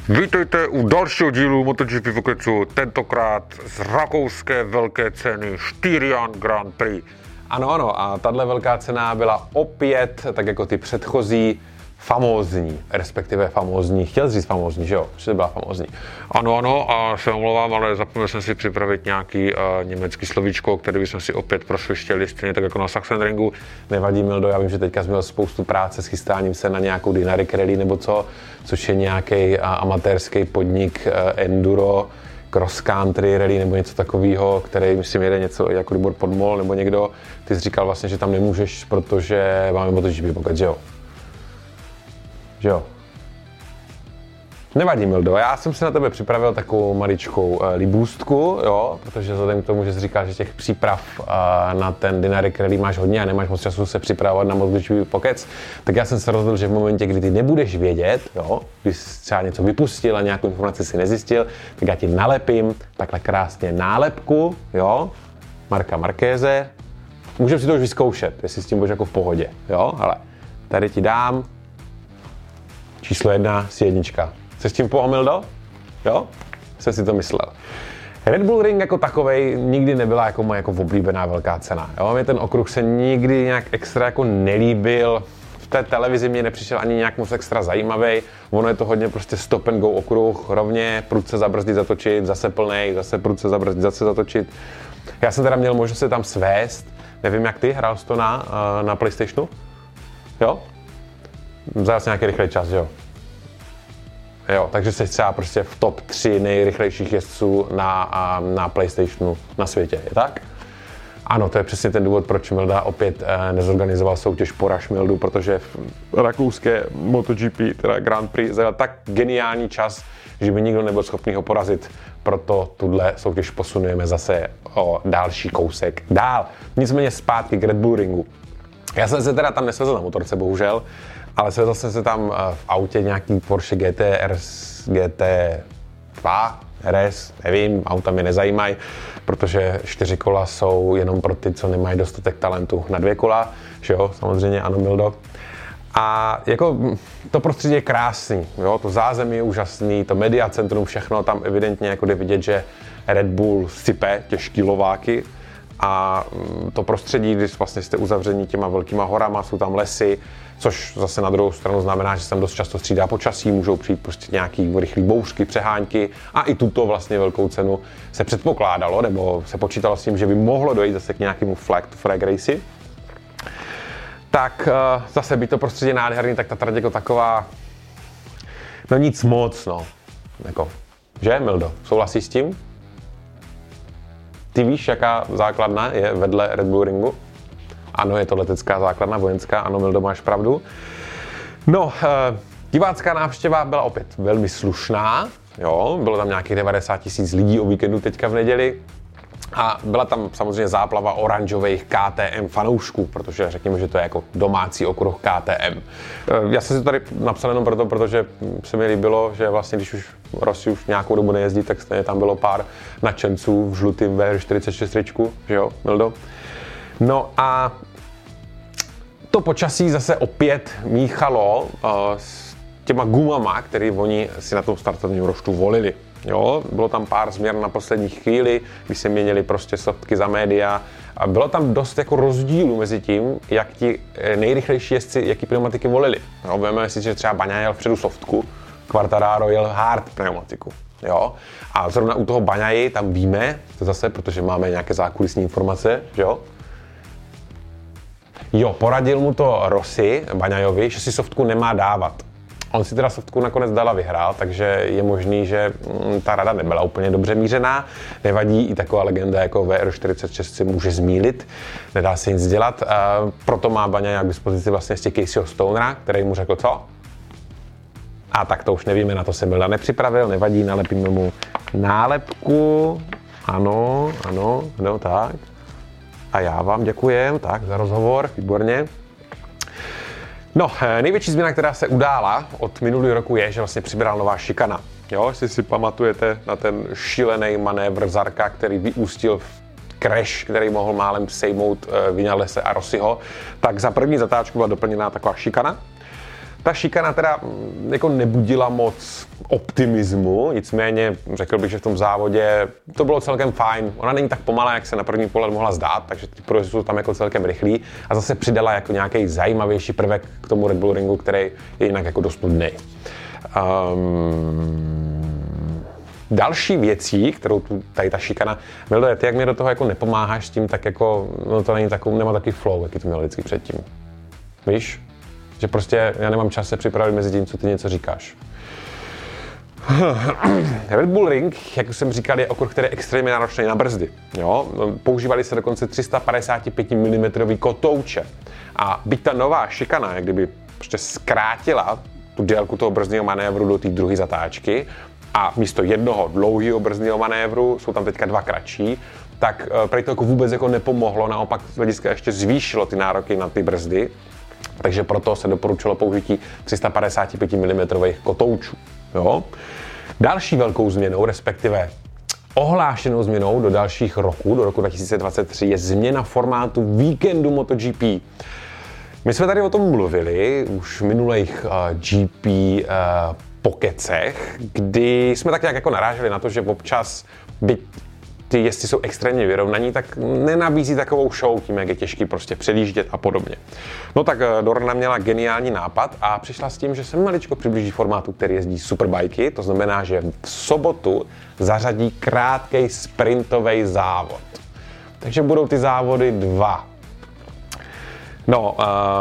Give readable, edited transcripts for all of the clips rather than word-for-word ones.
Vítejte u dalšího dílu MotoGP Pokecu, tentokrát z rakouské velké ceny Styrian Grand Prix. Ano, a tahle velká cena byla opět, tak jako ty předchozí, famózní, respektive famózní. Chtěl jsi říct famózní, že jo? Že to byla famózní. Ano, a se omlouvám, ale zapomněl jsem si připravit nějaký německý slovíčko, který bychom si opět prosvištěli, stejně tak jako na Sachsenringu. Nevadí, Mildo, já vím, že teďka jsi měl spoustu práce s chystáním se na nějakou Dinari Rally nebo co, což je nějaký amatérský podnik enduro, cross country rally nebo něco takového, který, myslím, jede něco jako Libor Podmol nebo někdo. Ty jsi říkal vlastně, že tam nemůžeš, protože máme MotoGP Pocket, že jo? Že jo? Nevadí, Mildo, já jsem si na tebe připravil takovou maličkou libůstku, jo, protože vzhledem k tomu, že jsi říkal, že těch příprav na ten Dinari Rally máš hodně a nemáš moc času se připravovat na MotoGP Pockets, tak já jsem se rozhodl, že v momentě, kdy ty nebudeš vědět, jo, když jsi třeba něco vypustil a nějakou informaci si nezjistil, tak já ti nalepím takhle krásně nálepku, jo, Marca Marqueze. Můžeme si to už vyzkoušet, jestli s tím budeš jako v pohodě, jo, ale tady ti dám číslo 1 z jednička. Jsi s tím Mildo? Jo? Jsem si to myslel. Red Bull Ring jako takovej nikdy nebyla jako moje jako oblíbená velká cena. Jo? Mě ten okruh se nikdy nějak extra jako nelíbil. V té televizi mě nepřišel ani nějak moc extra zajímavý. Ono je to hodně prostě stop and go okruh, rovně prudce zabrzdit, zatočit, zase plnej, zase prudce zabrzdit, zase zatočit. Já jsem teda měl možnost se tam svést. Nevím, jak ty, hrál jsi to na PlayStationu? Jo? Zase nějaký rychlej čas, jo? Jo, takže jsi třeba prostě v top 3 nejrychlejších jezdců na PlayStationu na světě, je tak? Ano, to je přesně ten důvod, proč Milda opět nezorganizoval soutěž Poraž Mildu, protože v rakouské MotoGP, teda Grand Prix, zajel tak geniální čas, že by nikdo nebyl schopný ho porazit. Proto tuhle soutěž posunujeme zase o další kousek dál. Nicméně zpátky k Red Bull Ringu. Já jsem se teda tam nesvezl na motorce, bohužel, ale svezl jsem se tam v autě nějaký Porsche GT2, RS, nevím, auta mě nezajímají, protože 4 kola jsou jenom pro ty, co nemají dostatek talentu na 2 kola, že jo, samozřejmě, ano, Mildo. A jako to prostředí je krásný, jo, to zázemí je úžasný, to mediacentrum, všechno, tam evidentně jako jde vidět, že Red Bull sype těžký lováky. A to prostředí, když vlastně jste uzavření těma velkýma horama, jsou tam lesy, což zase na druhou stranu znamená, že se tam dost často střídá počasí, můžou přijít prostě nějaký rychlý bouřky, přehánky a i tuto vlastně velkou cenu se předpokládalo, nebo se počítalo s tím, že by mohlo dojít zase k nějakému flag to flag race. Tak zase by to prostředí nádherný, tak ta trať jako taková, no nic moc, no, jako, že Mildo, souhlasíš s tím? Ty víš, jaká základna je vedle Red Bull Ringu? Ano, je to letecká základna, vojenská, ano, Mildo, máš pravdu. No, divácká návštěva byla opět velmi slušná, jo, bylo tam nějakých 90 000 lidí o víkendu teďka v neděli. A byla tam samozřejmě záplava oranžových KTM fanoušků, protože řekněme, že to je jako domácí okruh KTM. Já jsem si to tady napsal jenom proto, protože se mi líbilo, že vlastně když už Rossi už nějakou dobu nejezdí, tak stejně tam bylo pár nadšenců v žlutým VR46, že jo, Mildo? No a to počasí zase opět míchalo s těma gumama, který oni si na tom startovním roštu volili. Jo, bylo tam pár změn na poslední chvíli, kdy se měnili prostě softky za média a bylo tam dost jako rozdílů mezi tím, jak ti nejrychlejší jezdci, jaký pneumatiky volili. Jo, budeme si, že třeba Bagnaia jel vpředu softku, Quartararo jel hard pneumatiku. Jo, a zrovna u toho Bagnai tam víme, to zase, protože máme nějaké zákulisní informace, že jo. Jo, poradil mu to Rossi, Bagnaiovi, že si softku nemá dávat. On si teda softku nakonec dal a vyhrál, takže je možný, že ta rada nebyla úplně dobře mířená. Nevadí, i taková legenda jako VR46 si může zmýlit, nedá se nic dělat. Proto má Bagnaia k dispozici vlastně ještě Caseyho Stonera, který mu řekl co? A tak to už nevíme, na to se Milda nepřipravil, nevadí, nalepíme mu nálepku. Ano, tak. A já vám děkujem, tak, za rozhovor, výborně. No, největší změna, která se udála od minulého roku je, že vlastně přibral nová šikana. Jo, jestli si pamatujete na ten šílený manévr Zarka, který vyústil v crash, který mohl málem sejmout Vinalese a Rossiho, tak za první zatáčku byla doplněná taková šikana. Ta šikana teda jako nebudila moc optimismu, nicméně řekl bych, že v tom závodě to bylo celkem fajn. Ona není tak pomalá, jak se na první pohled mohla zdát, takže ty projezdy jsou tam jako celkem rychlý a zase přidala jako nějaký zajímavější prvek k tomu Red Bull Ringu, který je jinak jako dost nudný. Další věcí, kterou tady ta šikana, Mildo, ty jak mě do toho jako nepomáháš s tím, tak jako, no to není takový, nemá takový flow, jaký to měl vždycky předtím. Víš? Že prostě já nemám čas se připravit mezi tím, co ty něco říkáš. Red Bull Ring, jak už jsem říkal, je okruh, který je extrémně náročný na brzdy. Jo? Používali se dokonce 355 mm kotouče. A byť ta nová šikana, jak kdyby prostě zkrátila tu délku toho brzdního manévru do té druhé zatáčky a místo jednoho dlouhého brzdního manévru jsou tam teďka dva kratší, tak prý to jako vůbec jako nepomohlo, naopak z hlediska ještě zvýšilo ty nároky na ty brzdy. Takže proto se doporučilo použití 355 mm kotoučů. Jo? Další velkou změnou, respektive ohlášenou změnou do dalších roků, do roku 2023, je změna formátu víkendu MotoGP. My jsme tady o tom mluvili už v minulých GP pokecech, kdy jsme tak nějak jako naráželi na to, že občas byť ty jezdci jsou extrémně vyrovnaní, tak nenabízí takovou show tím, jak je těžký prostě předjíždět a podobně. No tak Dorna měla geniální nápad a přišla s tím, že se maličko přiblíží formátu, který jezdí superbajky, to znamená, že v sobotu zařadí krátkej sprintový závod. Takže budou ty závody dva. No,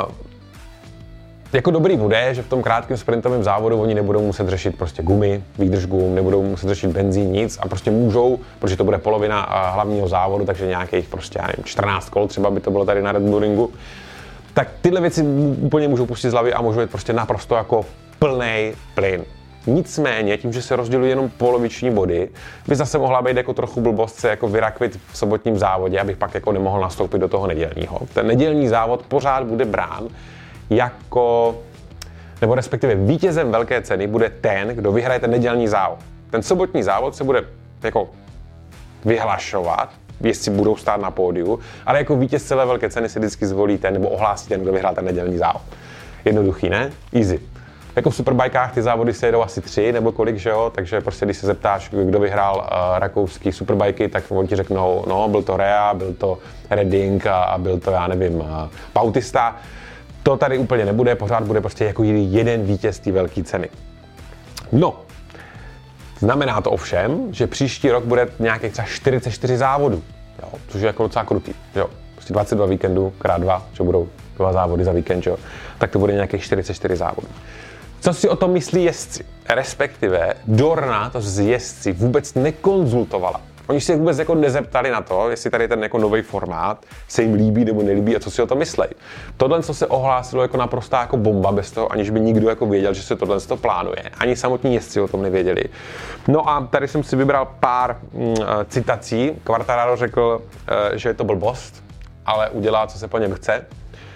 jako dobrý bude, že v tom krátkém sprintovém závodu oni nebudou muset řešit prostě gumy, výdrž gum, nebudou muset řešit benzín, nic a prostě můžou, protože to bude polovina hlavního závodu, takže nějakých prostě, já nevím, 14 kol třeba by to bylo tady na Red Bull Ringu, tak tyhle věci úplně můžou pustit z hlavy a můžou jít prostě naprosto jako plnej plyn. Nicméně, tím, že se rozdělují jenom poloviční body, by zase mohla být jako trochu blbost se jako vyrakvit v sobotním závodě, abych pak jako nemohl nastoupit do toho nedělního. Ten nedělní závod pořád bude brán jako, nebo respektive vítězem velké ceny bude ten, kdo vyhraje ten nedělní závod. Ten sobotní závod se bude jako vyhlašovat, jestli budou stát na pódiu, ale jako vítěz celé velké ceny si vždycky zvolí ten, nebo ohlásí ten, kdo vyhrál ten nedělní závod. Jednoduchý, ne? Easy. Jako v superbajkách ty závody se jedou asi 3 nebo kolik, že jo, takže prostě když se zeptáš, kdo vyhrál rakouský superbajky, tak oni ti řeknou, no, byl to Rea, byl to Redding a byl to, já nevím, Bautista. To tady úplně nebude, pořád bude prostě jako jeden vítěz té velké ceny. No, znamená to ovšem, že příští rok bude nějakých třeba 44 závodů, jo, což je jako docela krutý, jo. Prostě 22 víkendů krát 2, že budou 2 závody za víkend, jo, tak to bude nějakých 44 závodů. Co si o tom myslí jezdci? Respektive Dorna to s jezdci vůbec nekonzultovala. Oni si vůbec jako nezeptali na to, jestli tady ten jako nový formát se jim líbí nebo nelíbí a co si o tom myslej. Tohle, co se ohlásilo jako naprostá jako bomba, bez toho, aniž by nikdo jako věděl, že se tohle plánuje. Ani samotní jezdci o tom nevěděli. No a tady jsem si vybral pár citací. Quartararo řekl, že je to blbost, ale udělá, co se po něm chce.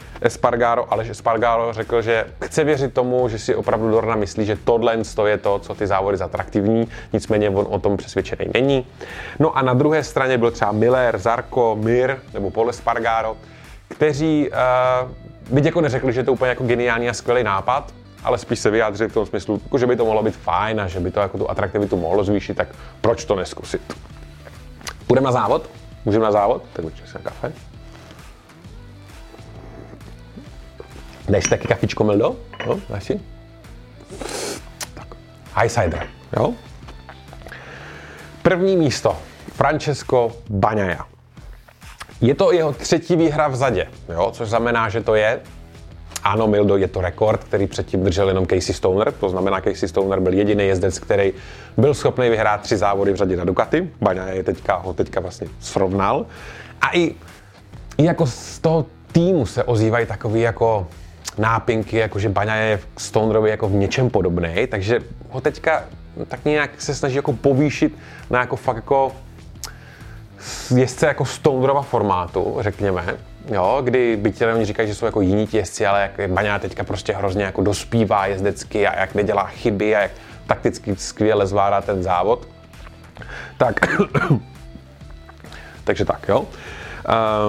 Espargaro řekl, že chce věřit tomu, že si opravdu Dorna myslí, že tohle je to, co ty závody zatraktivní, nicméně on o tom přesvědčený není. No a na druhé straně byl třeba Miller, Zarco, Mir nebo Pol Espargaro, kteří byť jako neřekli, že je to úplně jako geniální a skvělý nápad, ale spíš se vyjádřili v tom smyslu, jako, že by to mohlo být fajn a že by to jako tu atraktivitu mohlo zvýšit, tak proč to neskusit? Půjdeme na závod? Můžeme na závod? Tak určitě si na kafe. Dej si taky kafičko, Mildo? Jo, dáš si? Tak. Highsider, jo? První místo. Francesco Bagnaia. Je to jeho 3. výhra v zadě, jo? Což znamená, že to je, ano, Mildo, je to rekord, který předtím držel jenom Casey Stoner, to znamená, Casey Stoner byl jediný jezdec, který byl schopný vyhrát 3 závody v řadě na Ducati. Bagnaia ho teďka vlastně srovnal. A i jako z toho týmu se ozývají takový jako nápinky, jakože Bagnaia je Stonerovi jako v něčem podobný, takže ho teďka tak nějak se snaží jako povýšit na jako fakt jako jezdce jako Stonerova formátu, řekněme, jo, kdy byť oni říkají, že jsou jako jiní jezdci, ale jak Bagnaia teďka prostě hrozně jako dospívá jezdecky a jak nedělá chyby a jak takticky skvěle zvládá ten závod, tak takže tak, jo.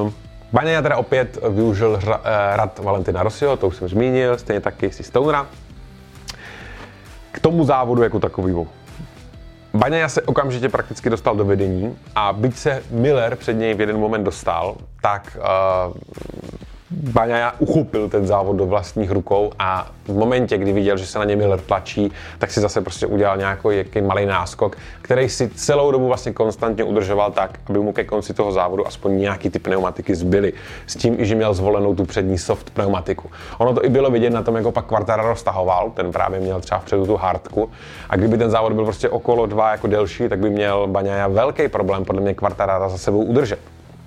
Bagnaia teda opět využil rad Valentina Rossiho, to už jsem zmínil, stejně tak Casey Stonera. tomu závodu jako takovýmu. Bagnaia se okamžitě prakticky dostal do vedení a byť se Miller před něj v jeden moment dostal, tak Bagnaia uchopil ten závod do vlastních rukou a v momentě, kdy viděl, že se na ně Miller tlačí, tak si zase prostě udělal nějaký malý náskok, který si celou dobu vlastně konstantně udržoval tak, aby mu ke konci toho závodu aspoň nějaký ty pneumatiky zbyly. S tím, že měl zvolenou tu přední soft pneumatiku. Ono to i bylo vidět na tom, jako pak Quartararo stahoval, ten právě měl třeba vpředu tu hardku a kdyby ten závod byl prostě okolo 2 jako delší, tak by měl Bagnaia velký problém podle mě Quartarara za sebou udržet.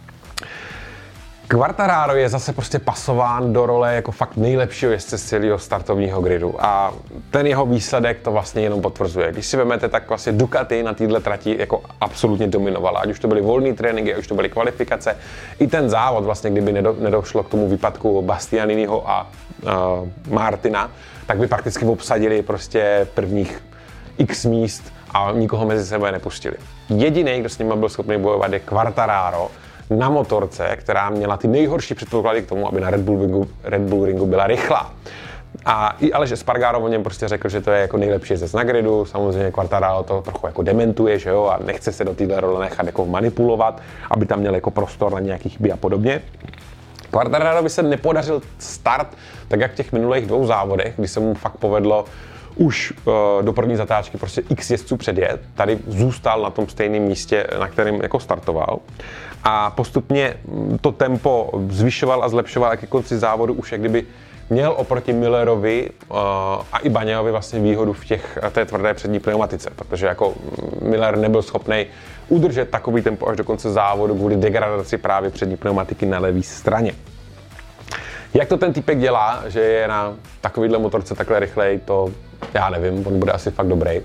Quartararo je zase prostě pasován do role jako fakt nejlepšího jezdce z celého startovního gridu a ten jeho výsledek to vlastně jenom potvrzuje. Když si vezmete, tak vlastně Ducati na této trati jako absolutně dominovala, ať už to byly volné tréninky, ať už to byly kvalifikace, i ten závod vlastně, kdyby nedošlo k tomu výpadku Bastianiniho a Martina, tak by prakticky obsadili prostě prvních x míst a nikoho mezi sebe nepustili. Jediný, kdo s nimi byl schopný bojovat, je Quartararo, na motorce, která měla ty nejhorší předpoklady k tomu, aby na Red Bull ringu byla rychlá. A i Aleš Espargaro o něm prostě řekl, že to je jako nejlepší jezdec na gridu, samozřejmě Quartararo to trochu jako dementuje, že jo, a nechce se do téhle role nechat jako manipulovat, aby tam měl jako prostor na nějaký chyby a podobně. Quartararovi se nepodařil start, tak jak v těch minulých 2 závodech, kdy se mu fakt povedlo už do první zatáčky prostě x jezdců předjet, tady zůstal na tom stejném místě, na kterém jako startoval. A postupně to tempo zvyšoval a zlepšoval, jak ke konci závodu už jak kdyby měl oproti Millerovi a i Bagnaiaovi vlastně výhodu v té tvrdé přední pneumatice, protože jako Miller nebyl schopný udržet takový tempo až do konce závodu kvůli degradaci právě přední pneumatiky na levé straně. Jak to ten týpek dělá, že je na takovýhle motorce takhle rychlej, to já nevím, on bude asi fakt dobrý.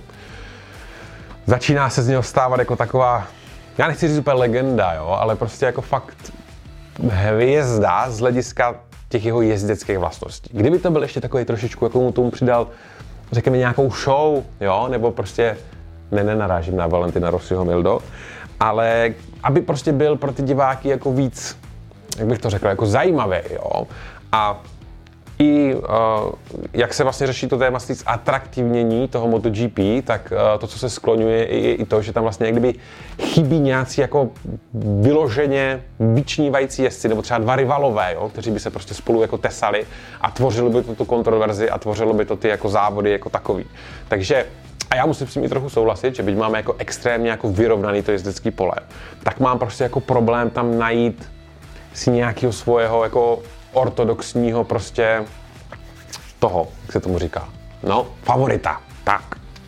Začíná se z něho stávat jako taková, já nechci říct úplně legenda, jo, ale prostě jako fakt hvězda z hlediska těch jeho jezdeckých vlastností. Kdyby to byl ještě takový trošičku, jako mu tomu přidal, řekněme, nějakou show, jo, nebo prostě, nenarážím na Valentina Rossiho Mildo, ale aby prostě byl pro ty diváky jako víc, jak bych to řekl, jako zajímavý, jo. A i jak se vlastně řeší to téma atraktivnění toho MotoGP, tak to, co se skloňuje, je i to, že tam vlastně kdyby chybí nějací jako vyloženě vyčnívající jezdci, nebo třeba 2 rivalové, jo, kteří by se prostě spolu jako tesali a tvořilo by to tu kontroverzi a tvořilo by to ty jako závody jako takový. Takže a já musím s tím i trochu souhlasit, že byť máme jako extrémně jako vyrovnaný to jezdecký pole, tak mám prostě jako problém tam najít si nějakého svého jako ortodoxního prostě toho, jak se tomu říká, no, favorita, tak.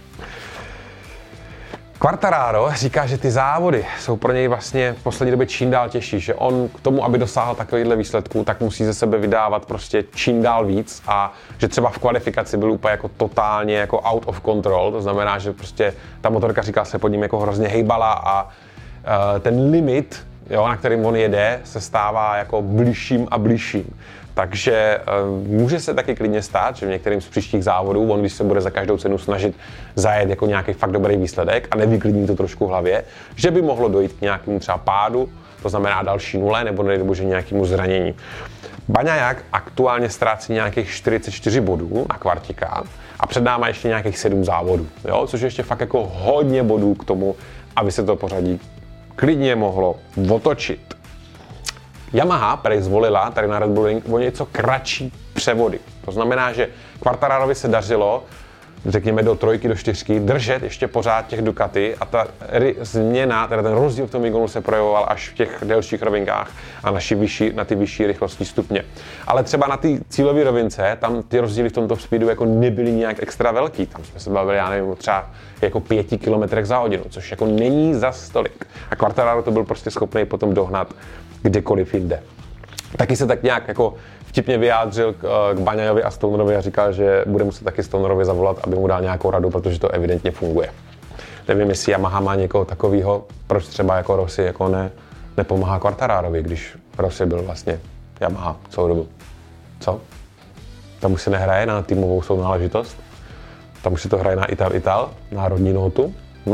Quartararo říká, že ty závody jsou pro něj vlastně v poslední době čím dál těžší, že on k tomu, aby dosáhl takovýchhle výsledků, tak musí ze sebe vydávat prostě čím dál víc a že třeba v kvalifikaci byl úplně jako totálně jako out of control, to znamená, že prostě ta motorka, říká se, pod ním jako hrozně hejbala a ten limit, jo, na kterým on jede, se stává jako bližším a bližším. Takže může se taky klidně stát, že v některým z příštích závodů, on když se bude za každou cenu snažit zajet jako nějaký fakt dobrý výsledek a nevyklidní to trošku v hlavě, že by mohlo dojít k nějakému třeba pádu, to znamená další nule, nebo nejbože nějakému zranění. Bagnaia aktuálně ztrácí nějakých 44 bodů na Quartika a před náma ještě nějakých 7 závodů, jo? Což je ještě fakt jako hodně bodů k tomu, aby se to pořadí klidně mohlo otočit. Yamaha prý zvolila tady na Red Bull Ring o něco kratší převody. To znamená, že Quartararovi se dařilo, řekněme do 3, do 4, držet ještě pořád těch Ducati a ta změna, teda ten rozdíl v tom výkonu se projevoval až v těch delších rovinkách a na ty vyšší rychlostní stupně. Ale třeba na té cílové rovince, tam ty rozdíly v tomto speedu jako nebyly nějak extra velký. Tam jsme se bavili, já nevím, třeba jako 5 km za hodinu, což jako není za stolik. A Quartararo to byl prostě schopný potom dohnat kdekoliv jinde. Taky se tak nějak jako vtipně vyjádřil k Bagnaiovi a Stonerovi a říkal, že bude muset taky Stonerovi zavolat, aby mu dal nějakou radu, protože to evidentně funguje. Nevím, jestli Yamaha má někoho takového, proč třeba jako Rossi jako nepomáhá Quartararovi, když Rossi byl vlastně Yamaha celou dobu. Co? Tam už se nehraje na týmovou sounáležitost? Tam už se to hraje na Ital, národní notu?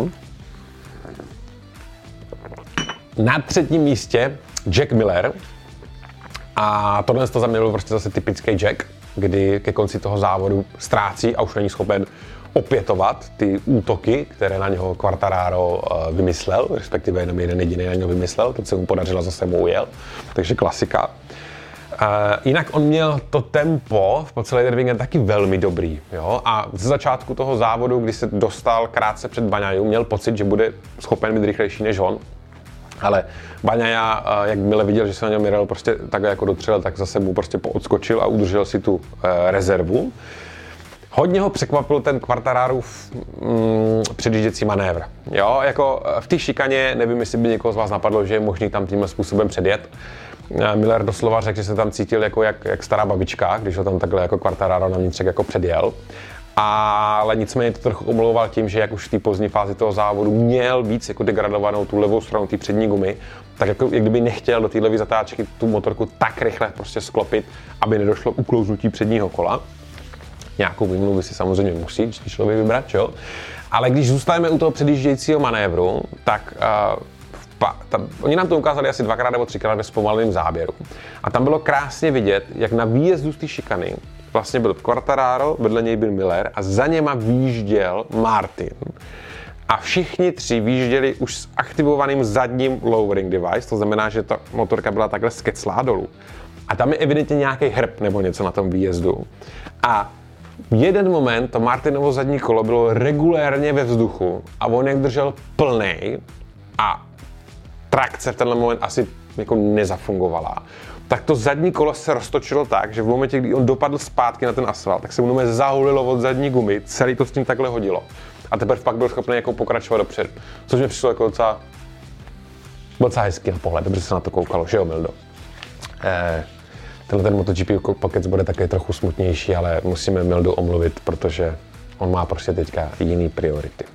Na 3. místě Jack Miller. A tohle to za mě byl prostě zase typický Jack, kdy ke konci toho závodu ztrácí a už není schopen opětovat ty útoky, které na něho Quartararo vymyslel, respektive jenom jeden jediný na něho vymyslel, teď se mu podařilo, zase mu ujel, takže klasika. Jinak on měl to tempo po celý ten víkend taky velmi dobrý, jo? A ze začátku toho závodu, kdy se dostal krátce před Bagnaia, měl pocit, že bude schopen být rychlejší než on. Ale Bagnaia, jakmile viděl, že se na něm Mirel prostě takhle jako dotřel, tak zase mu prostě poodskočil a udržel si tu rezervu. Hodně ho překvapil ten Quartararův předjížděcí manévr. Jo, jako v té šikaně, nevím, jestli by někoho z vás napadlo, že je možný tam tímhle způsobem předjet. Miller doslova řekl, že se tam cítil jako jak stará babička, když ho tam takhle jako Quartararo na vnitřek jako předjel. Ale nicméně to trochu omlouval tím, že jak už v té pozdní fázi toho závodu měl víc jako degradovanou tu levou stranu té přední gumy, tak jako jak kdyby nechtěl do té levé zatáčky tu motorku tak rychle prostě sklopit, aby nedošlo k uklouznutí předního kola. Nějakou výmluvu si samozřejmě musí člověk vybrat, jo? Ale když zůstaneme u toho předjíždějícího manévru, tak oni nám to ukázali asi 2x nebo 3x ve zpomaleném záběru. A tam bylo krásně vidět, jak na výjezdu z té šikany vlastně byl Quartararo, vedle něj byl Miller a za něma výjížděl Martin. A všichni tři výjížděli už s aktivovaným zadním lowering device, to znamená, že ta motorka byla takhle skeclá dolů. A tam je evidentně nějaký hrb nebo něco na tom výjezdu. A v jeden moment to Martinovo zadní kolo bylo regulérně ve vzduchu a on jak držel plnej a trakce v tenhle moment asi jako nezafungovala, tak to zadní kolo se roztočilo tak, že v momentě, kdy on dopadl zpátky na ten asfalt, tak se mu zahulilo od zadní gumy, celý to s tím takhle hodilo. A teprve pak byl schopný jako pokračovat dopředu, což mi přišlo jako docela hezký na pohled, dobře se na to koukalo, že jo, Mildo? Tenhle ten MotoGP Pockets bude taky trochu smutnější, ale musíme Mildu omluvit, protože on má prostě teďka jiný priority.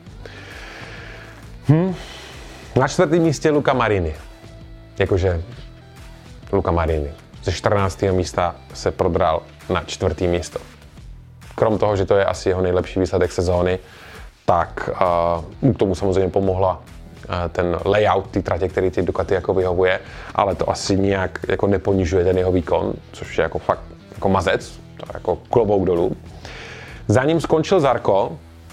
Na 4. místě Luca Marini. Jakože Luca Marini. Ze 14. místa se prodral na 4. místo. Krom toho, že to je asi jeho nejlepší výsledek sezóny, tak k tomu samozřejmě pomohla ten layout té tratě, který ty Ducati jako vyhovuje, ale to asi nijak jako neponižuje ten jeho výkon, což je jako fakt jako mazec, to je jako klobouk dolů. Za ním skončil Zarco.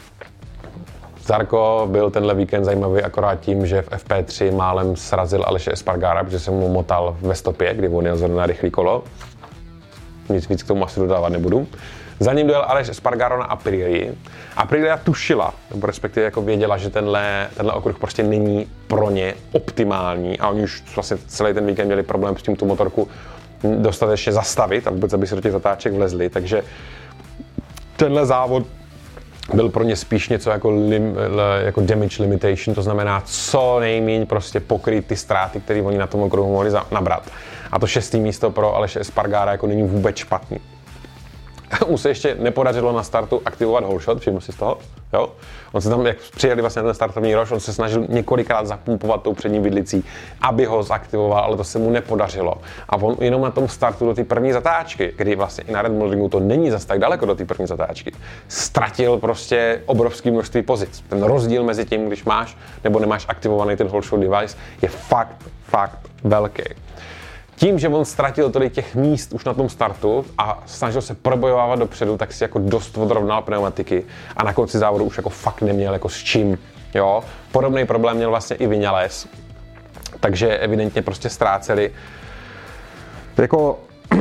Zarco byl tenhle víkend zajímavý akorát tím, že v FP3 málem srazil Aleše Espargara, protože se mu motal ve stopě, kdy on jel zrovna na rychlý kolo. Nic víc k tomu asi dodávat nebudu. Za ním dojel Aleš Espargaro na Aprilia. Aprilia tušila, nebo respektive jako věděla, že tenhle okruh prostě není pro ně optimální a oni už vlastně celý ten víkend měli problém s tím tu motorku dostatečně zastavit a vůbec, aby se do těch zatáček vlezli, takže tenhle závod byl pro ně spíš něco jako damage limitation, to znamená co nejméně prostě pokryt ty ztráty, které oni na tom okruhu mohli nabrat. A to 6. místo pro Aleše Espargara jako není vůbec špatný. Mu se ještě nepodařilo na startu aktivovat holeshot, všiml si z toho? Jo? On se tam, jak přijeli vlastně na ten startovní rož, on se snažil několikrát zapumpovat tou přední vidlicí, aby ho zaktivoval, ale to se mu nepodařilo. A on jenom na tom startu do té první zatáčky, kdy vlastně i na Red Bull Ringu to není zas tak daleko do té první zatáčky, ztratil prostě obrovské množství pozic. Ten rozdíl mezi tím, když máš nebo nemáš aktivovaný ten holeshot device, je fakt velký. Tím, že on ztratil tolik těch míst už na tom startu a snažil se probojovávat dopředu, tak si jako dost odrovnal pneumatiky a na konci závodu už jako fakt neměl jako s čím, jo. Podobný problém měl vlastně i Viñales, takže evidentně prostě ztráceli. Jako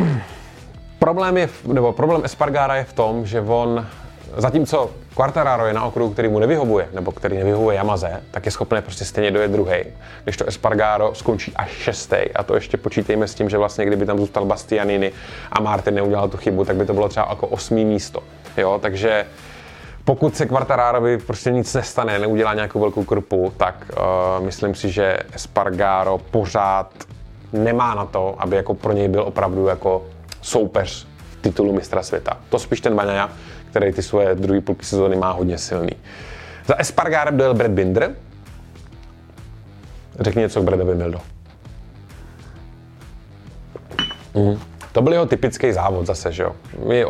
problém Espargara je v tom, že on, zatímco Quartararo je na okruhu, který mu nevyhovuje, nebo který nevyhovuje Yamaze, tak je schopný prostě stejně dojet druhý. Když to Espargaro skončí až 6. a to ještě počítejme s tím, že vlastně kdyby tam zůstal Bastianini a Martin neudělal tu chybu, tak by to bylo třeba jako 8. místo. Jo, takže pokud se Quartararovi prostě nic nestane, neudělá nějakou velkou krpu, tak myslím si, že Espargaro pořád nemá na to, aby jako pro něj byl opravdu jako soupeř v titulu mistra světa. To spíš ten Bagnaia, který ty svoje druhé půlky sezóny má hodně silný. Za Espargarem dojel Brad Binder. Řekni něco k Bradovi, Mildo. To byl jeho typický závod zase, že jo. My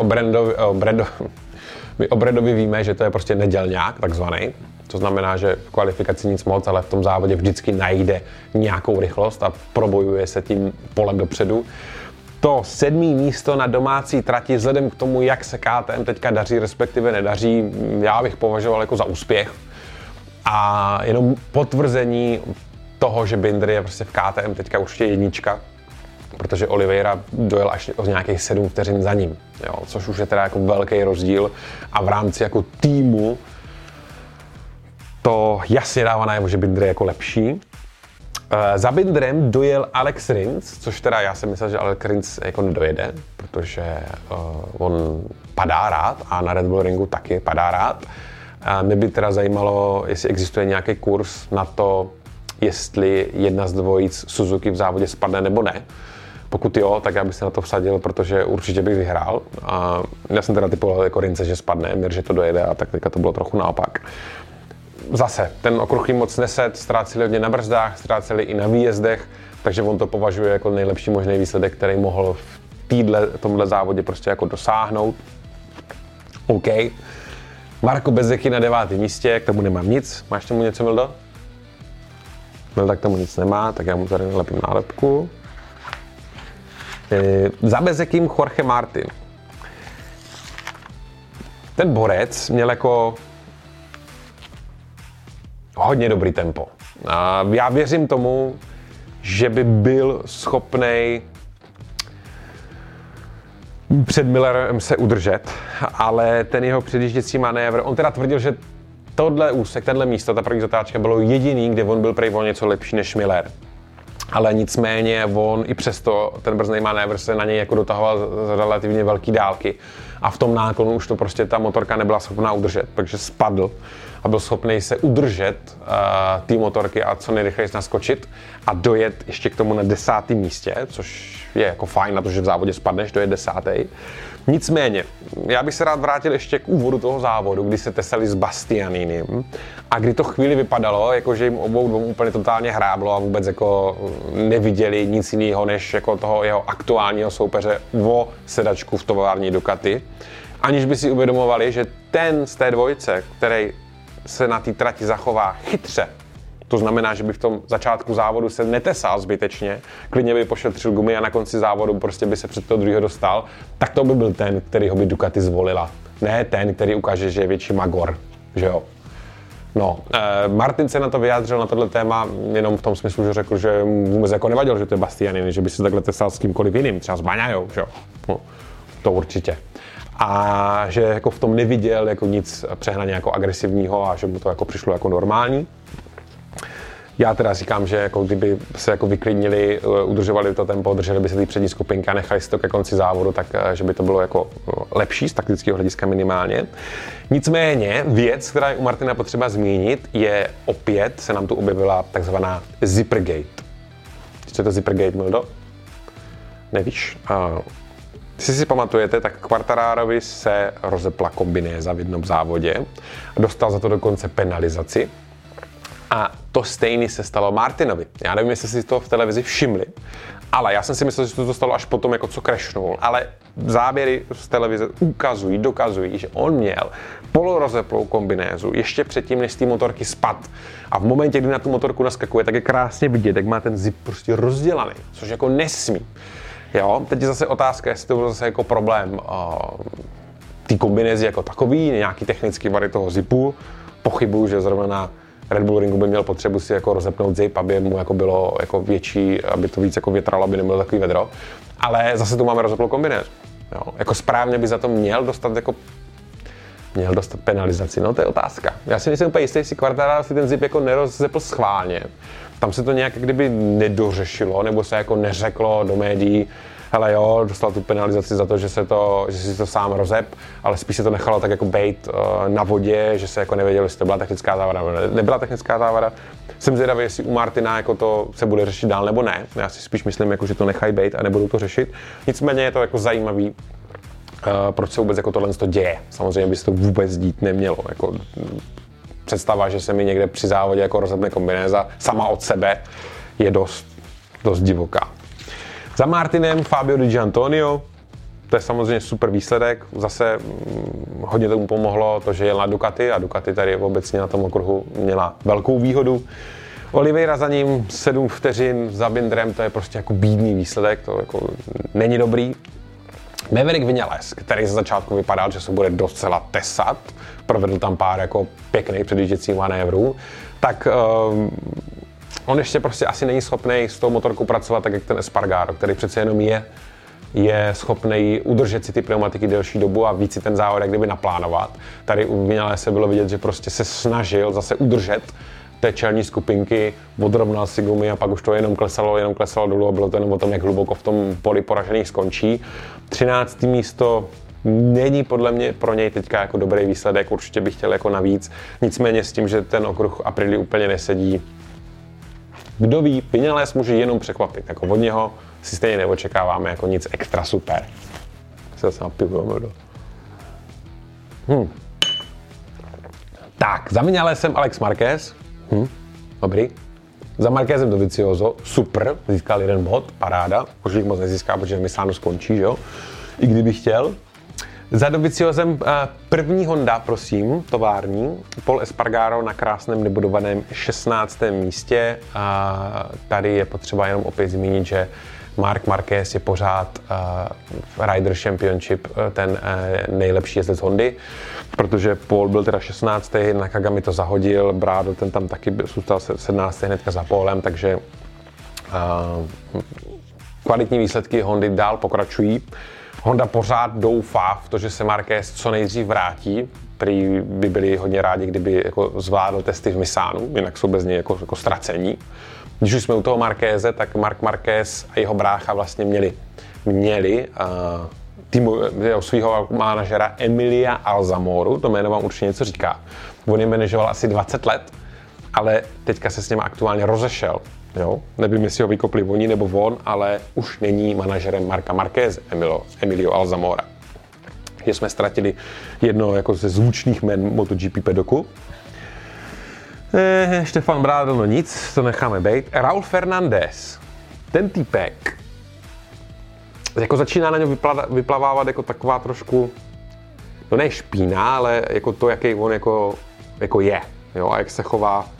o Bradovi víme, že to je prostě nedělňák, takzvaný. To znamená, že v kvalifikaci nic moc, ale v tom závodě vždycky najde nějakou rychlost a probojuje se tím polem dopředu. To 7. místo na domácí trati, vzhledem k tomu, jak se KTM teďka daří, respektive nedaří, já bych považoval jako za úspěch. A jenom potvrzení toho, že Binder je prostě v KTM teďka určitě jednička, protože Oliveira dojel až o nějakých 7 vteřin za ním, jo, což už je teda jako velký rozdíl a v rámci jako týmu to jasně dává najevo, že Binder je jako lepší. Za Binderem dojel Alex Rins, což teda já jsem myslel, že Alex Rins jako nedojede, protože on padá rád a na Red Bull Ringu taky padá rád. Mě by teda zajímalo, jestli existuje nějaký kurz na to, jestli jedna z dvojic Suzuki v závodě spadne nebo ne. Pokud jo, tak já bych se na to vsadil, protože určitě bych vyhrál. A já jsem teda typoval jako Rince, že spadne, Mir, že to dojede, a tak teďka to bylo trochu naopak. Zase, ten okruh jim moc neset, ztráceli hodně na brzdách, ztráceli i na výjezdech, takže on to považuje jako nejlepší možný výsledek, který mohl v tomhle závodě prostě jako dosáhnout. OK. Marco Bezzecchi na 9. místě, k tomu nemám nic. Máš tomu něco, Mildo? Milda k tomu nic nemá, tak já mu tady nalepím nálepku. Za Bezzecchim Jorge Martin. Ten borec měl jako hodně dobrý tempo. A já věřím tomu, že by byl schopnej před Millerem se udržet, ale ten jeho předjížděcí manévr, on teda tvrdil, že tohle úsek, tenhle místo, ta první zatáčka bylo jediný, kde on byl prej o něco lepší než Miller. Ale nicméně on i přesto, ten brzný manévr se na něj jako dotahoval z relativně velké dálky a v tom náklonu už to prostě ta motorka nebyla schopná udržet, takže spadl a byl schopný se udržet té motorky a co nejrychleji naskočit a dojet ještě k tomu na 10. místě, což je jako fajn na to, že v závodě spadneš, dojet 10. Nicméně, já bych se rád vrátil ještě k úvodu toho závodu, kdy se tesali s Bastianinem a kdy to chvíli vypadalo, jako že jim obou dvou úplně totálně hráblo a vůbec jako neviděli nic jiného než jako toho jeho aktuálního soupeře o sedačku v tovární Ducati, aniž by si uvědomovali, že ten z té dvojice, který se na té trati zachová chytře, to znamená, že by v tom začátku závodu se netesal zbytečně, klidně by pošetřil gumy a na konci závodu prostě by se před toho druhého dostal, tak to by byl ten, který ho by Ducati zvolila. Ne ten, který ukáže, že je větší magor, že jo. No, Martin se na to vyjádřil, na tohle téma, jenom v tom smyslu, že řekl, že mu vůbec jako nevadil, že to je Bastianin, že by se takhle tesal s kýmkoliv jiným, třeba s Baňajou, že jo. No, to určitě. A že jako v tom neviděl jako nic přehnaně jako agresivního a že mu to jako přišlo jako normální. Já teda říkám, že jako kdyby se jako vyklidnili, udržovali to tempo, drželi by se ty přední skupinky a nechali si to ke konci závodu, tak že by to bylo jako lepší z taktického hlediska minimálně. Nicméně věc, která je u Martina potřeba zmínit, je opět se nám tu objevila takzvaná Zippergate. Co je to Zippergate, Mildo? Nevíš? Jestli si pamatujete, tak Quartararovi se rozepla kombinéza v jednom závodě a dostal za to dokonce penalizaci. A to stejný se stalo Martinovi. Já nevím, jestli si to v televizi všimli, ale já jsem si myslel, že to stalo až potom, jako co crashnul, ale záběry z televize dokazují, že on měl polorozeplou kombinézu ještě předtím, než z té motorky spad. A v momentě, kdy na tu motorku naskakuje, tak je krásně vidět, jak má ten zip prostě rozdělaný, což jako nesmí. Jo, teď je zase otázka, jestli to byl zase jako problém té kombinézy jako takový, nějaký technický vady toho zipu. Pochybuju, že zrovna na Red Bull Ringu by měl potřebu si jako rozepnout zip, aby mu jako bylo jako větší, aby to víc jako větralo, aby nebylo takový vedro. Ale zase tu máme rozeplou kombinézu. Jo, jako správně by za to měl dostat penalizaci, no to je otázka. Já si nejsem úplně jistý, jestli Quartararo si ten zip jako nerozepl schválně. Tam se to nějak kdyby nedořešilo, nebo se jako neřeklo do médií, hele jo, dostal tu penalizaci za to, že si to sám rozep, ale spíš se to nechalo tak jako bejt na vodě, že se jako nevědělo, jestli to byla technická závada nebo nebyla technická závada. Jsem zvědavý, jestli u Martina jako to se bude řešit dál nebo ne. Já si spíš myslím, jako, že to nechají bejt a nebudou to řešit. Nicméně je to jako zajímavý, proč se vůbec jako tohle děje. Samozřejmě by se to vůbec dít nemělo. Jako, představa, že se mi někde při závodě jako rozepne kombinéza sama od sebe, je dost divoká. Za Martinem Fabio Di Giannantonio, to je samozřejmě super výsledek, zase hodně tomu pomohlo to, že jel na Ducati a Ducati tady obecně na tom okruhu měla velkou výhodu. Oliveira za ním 7 vteřin za Binderem, to je prostě jako bídný výsledek, to jako není dobrý. Maverick Viñales, který ze začátku vypadal, že se bude docela tesat, provedl tam pár jako pěkných předjížděcích manévrů, tak on ještě prostě asi není schopný s tou motorkou pracovat tak, jak ten Espargaro, který přece jenom je schopný udržet si ty pneumatiky delší dobu a víc si ten závod jak kdyby naplánovat. Tady u Viñalese bylo vidět, že prostě se snažil zase udržet té čelní skupinky, odrovnal si gumy a pak už to jenom klesalo dolů a bylo to jenom o tom, jak hluboko v tom poli poražených skončí. 13. místo není podle mě pro něj teďka jako dobrý výsledek, určitě bych chtěl jako navíc, nicméně s tím, že ten okruh Aprilia úplně nesedí. Kdo ví, Viñales může jenom překvapit, jako od něho si stejně neočekáváme jako nic extra super. Se zase napivu, Tak, za Viñalesem Alex Marquez. Dobrý. Za Marquezem Dovizioso, super, získal jeden bod, paráda. Už jich moc nezíská, protože Misano skončí, že jo? I kdyby chtěl. Za Doviziosem první Honda, prosím, tovární. Pol Espargaro na krásném nebudovaném 16. místě. A tady je potřeba jenom opět zmínit, že Marc Marquez je pořád v Riders Championship ten nejlepší jezdec Hondy, protože Paul byl teda 16. Nakagami to zahodil, Brado ten tam taky zůstal 17. hnedka za Paulem, takže kvalitní výsledky Hondy dál pokračují. Honda pořád doufá v to, že se Marquez co nejdřív vrátí, prý by byli hodně rádi, kdyby jako zvládl testy v Missánu, jinak jsou bez něj jako ztracení. Když už jsme u toho Marqueze, tak Marc Marquez a jeho brácha vlastně měli svého manažera Emilia Alzamoru, to jméno vám určitě něco říká. On je manažoval asi 20 let, ale teďka se s ním aktuálně rozešel. Jo? Nevím, jestli ho vykopli oni nebo on, ale už není manažerem Marca Marqueze, Emilio Alzamora. Že jsme ztratili jedno jako ze zvučných jmen MotoGP pedoku. Štefan Bradl, no nic, to necháme být. Raul Fernandez, ten týpek, jako začíná na něm vyplavávat jako taková trošku, no ne špína, ale jako to, jaký on jako je, jo, a jak se chová v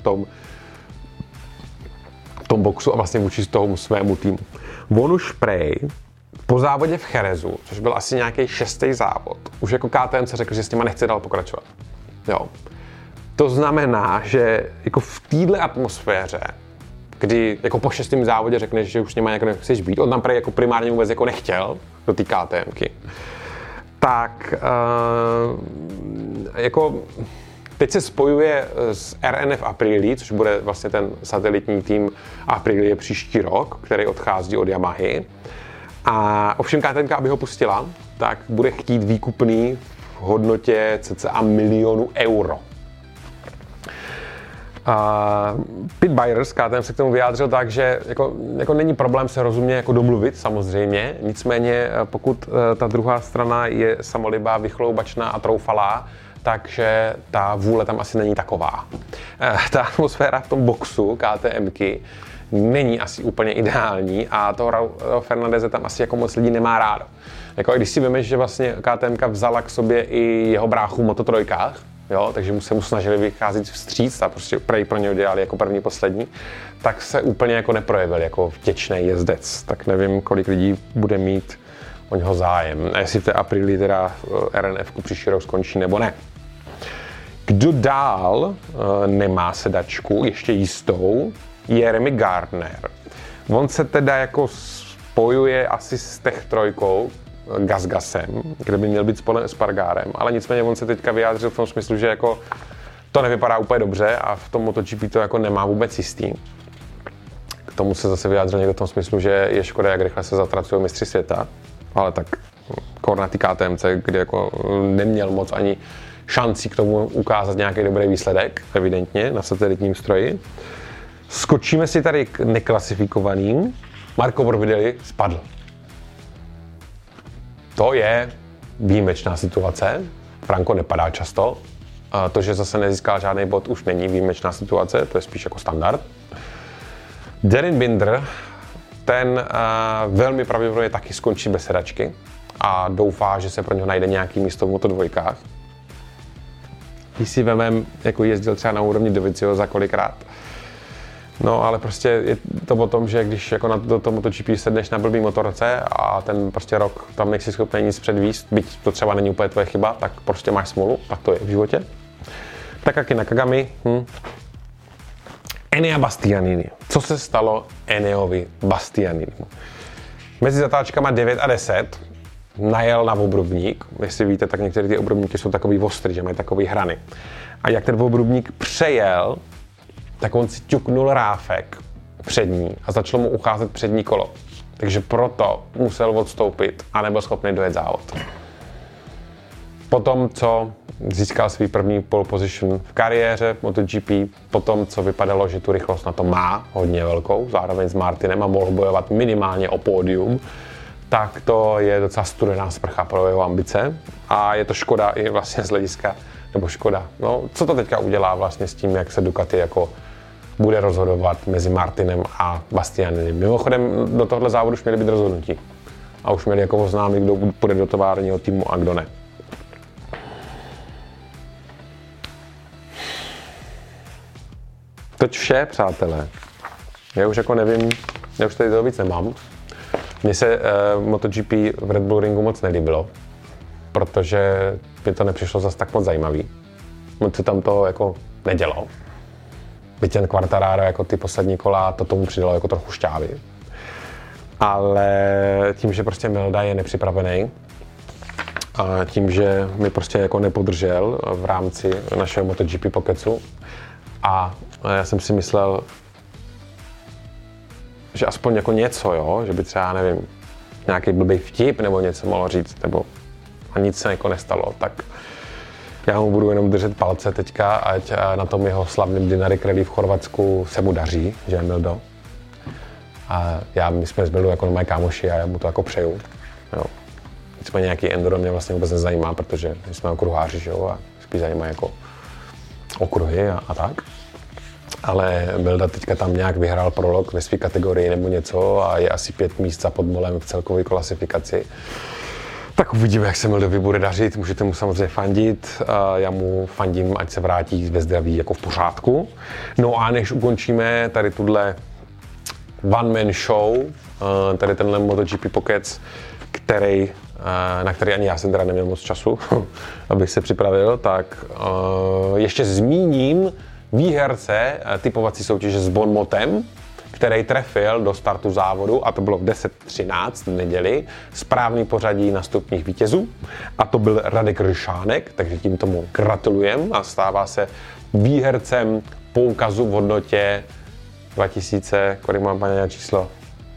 tom boxu a vlastně vůči tomu svému týmu. On už prej po závodě v Cherezu, což byl asi nějaký 6. závod, už jako KTM se řekl, že s nima nechce dál pokračovat. Jo. To znamená, že jako v téhle atmosféře, kdy jako po 6. závodě řekneš, že už s nima jako nechceš být, on tam prej jako primárně vůbec jako nechtěl do té KTMky, tak jako teď se spojuje s RNF Aprilia, což bude vlastně ten satelitní tým Aprilie příští rok, který odchází od Yamahy. A ovšem KTM, aby ho pustila, tak bude chtít výkupný v hodnotě cca $1 milion. Pit Byers, KTM se k tomu vyjádřil tak, že jako není problém se rozumně jako domluvit samozřejmě, nicméně pokud ta druhá strana je samolibá, vychloubačná a troufalá, takže ta vůle tam asi není taková. Ta atmosféra v tom boxu KTMky není asi úplně ideální a toho Fernandeze tam asi jako moc lidí nemá rádo. Jako když si vemeš, že vlastně KTMka vzala k sobě i jeho bráchu v Moto3, jo, takže se mu snažili vycházet vstříc a prostě pro něj dělali jako první, poslední, tak se úplně jako neprojevil jako vděčný jezdec. Tak nevím, kolik lidí bude mít o něho zájem. A jestli v té Aprilii teda RNF-ku příští rok skončí nebo ne. Kdo dál nemá sedačku, ještě jistou, je Remy Gardner. On se teda jako spojuje asi s Tech 3, Gasgasem, kde by měl být spojen s Espargarem, ale nicméně on se teďka vyjádřil v tom smyslu, že jako to nevypadá úplně dobře a v tom MotoGP to jako nemá vůbec jistý. K tomu se zase vyjádřil někdo v tom smyslu, že je škoda, jak rychle se zatracují mistři světa, ale tak na té KTMC, kde jako neměl moc ani šancí k tomu ukázat nějaký dobrý výsledek, evidentně, na satelitním stroji. Skočíme si tady k neklasifikovaným. Marco Morbidelli spadl. To je výjimečná situace. Franco nepadá často. To, že zase nezískal žádný bod, už není výjimečná situace, to je spíš jako standard. Darren Binder, ten velmi pravděpodobně taky skončí bez sedačky a doufá, že se pro něho najde nějaký místo v Moto2. Když si vemem, jako jezdil třeba na úrovni Doviziosa kolikrát, No, ale prostě je to o tom, že když jako do toho MotoGP sedneš na blbý motorce a ten prostě rok tam nejsi schopný nic předvíst, byť to třeba není úplně tvoje chyba, tak prostě máš smůlu, tak to je v životě. Takaki Nakagami. Enea Bastianini. Co se stalo Eneovi Bastianinimu? Mezi zatáčkama 9 a 10 najel na obrubník. Jestli víte, tak některé ty obrubníky jsou takový ostrý, že mají takový hrany. A jak ten obrubník přejel, tak on si ťuknul ráfek přední a začalo mu ucházet přední kolo. Takže proto musel odstoupit a nebyl schopný dojet závod. Potom, co získal svý první pole position v kariéře v MotoGP, potom, co vypadalo, že tu rychlost na to má hodně velkou, zároveň s Martinem a mohl bojovat minimálně o pódium, tak to je docela studená sprcha pro jeho ambice a je to škoda i vlastně z hlediska, nebo škoda, no co to teďka udělá vlastně s tím, jak se Ducati jako bude rozhodovat mezi Martinem a Bastianinem. Mimochodem do tohle závodu už měly být rozhodnutí a už měli jako oznámit, kdo půjde do továrního týmu a kdo ne. Toť vše, přátelé. Já už jako nevím, já už tady toho víc nemám. Mně se MotoGP v Red Bull Ringu moc nelíbilo, protože mi to nepřišlo zas tak moc zajímavý. Moc se tam to jako nedělo. Byť ten Quartararo jako ty poslední kola, to tomu přidalo jako trochu šťávy. Ale tím, že prostě Milda je nepřipravený, a tím, že mi prostě jako nepodržel v rámci našeho MotoGP pokecu, a já jsem si myslel, že aspoň jako něco, jo, že by třeba, nevím, nějaký blbý vtip nebo něco mohlo říct, nebo a nic se jako nestalo, tak já mu budu jenom držet palce teďka, ať na tom jeho slavném Dinari Rally v Chorvatsku se mu daří, že je Mildo. A my jsme s Mildou jako moje kámoši a já mu to jako přeju, jo. Nicméně nějaký enduro mě vlastně vůbec nezajímá, protože my jsme okruháři, že jo, a spíš zajímá jako okruhy a tak. Ale Milda teďka tam nějak vyhrál prolog ve své kategorii nebo něco a je asi 5 míst za Podmolem v celkové klasifikaci. Tak uvidíme, jak se Mildovi bude dařit, můžete mu samozřejmě fandit. Já mu fandím, ať se vrátí ve zdraví jako v pořádku. No a než ukončíme tady tuhle one-man show, tady tenhle MotoGP pokec, na který ani já jsem teda neměl moc času, abych se připravil, tak ještě zmíním výherce typovací soutěže s bonmotem, který trefil do startu závodu, a to bylo v 10:13 v neděli, správný pořadí nastupních vítězů, a to byl Radek Ryšánek, takže tím tomu gratulujem a stává se výhercem poukazu v hodnotě 2000, kolik mám paní číslo?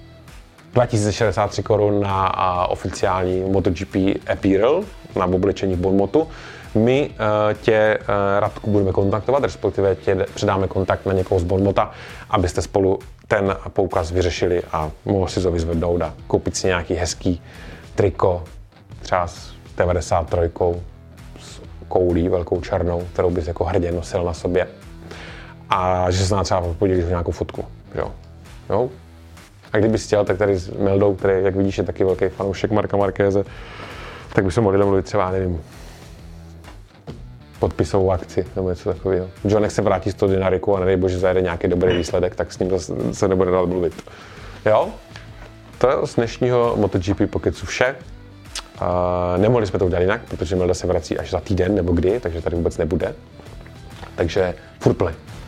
2063 korun na oficiální MotoGP apparel na oblečení bonmotu. My tě, Radku, budeme kontaktovat, respektive tě předáme kontakt na někoho z bonmota, abyste spolu ten poukaz vyřešili a mohl si to vyzvednout a koupit si nějaký hezký triko, třeba s 93 s koulí velkou černou, kterou bys jako hrdě nosil na sobě. A že se nám třeba podělíš o nějakou fotku, jo? A kdybys chtěl, tak tady s Mildou, který, jak vidíš, je taky velký fanoušek Marka Marqueze, tak bychom mohli domluvit třeba, nevím, podpisovou akci nebo něco takového. Johnek se vrátí z toho Dinariku a nedej bože zajede nějaký dobrý výsledek, tak s ním se nebude dát mluvit. Jo? To je z dnešního MotoGP pokecu vše. Nemohli jsme to udělat jinak, protože Milda se vrací až za týden nebo kdy, takže tady vůbec nebude. Takže furt play.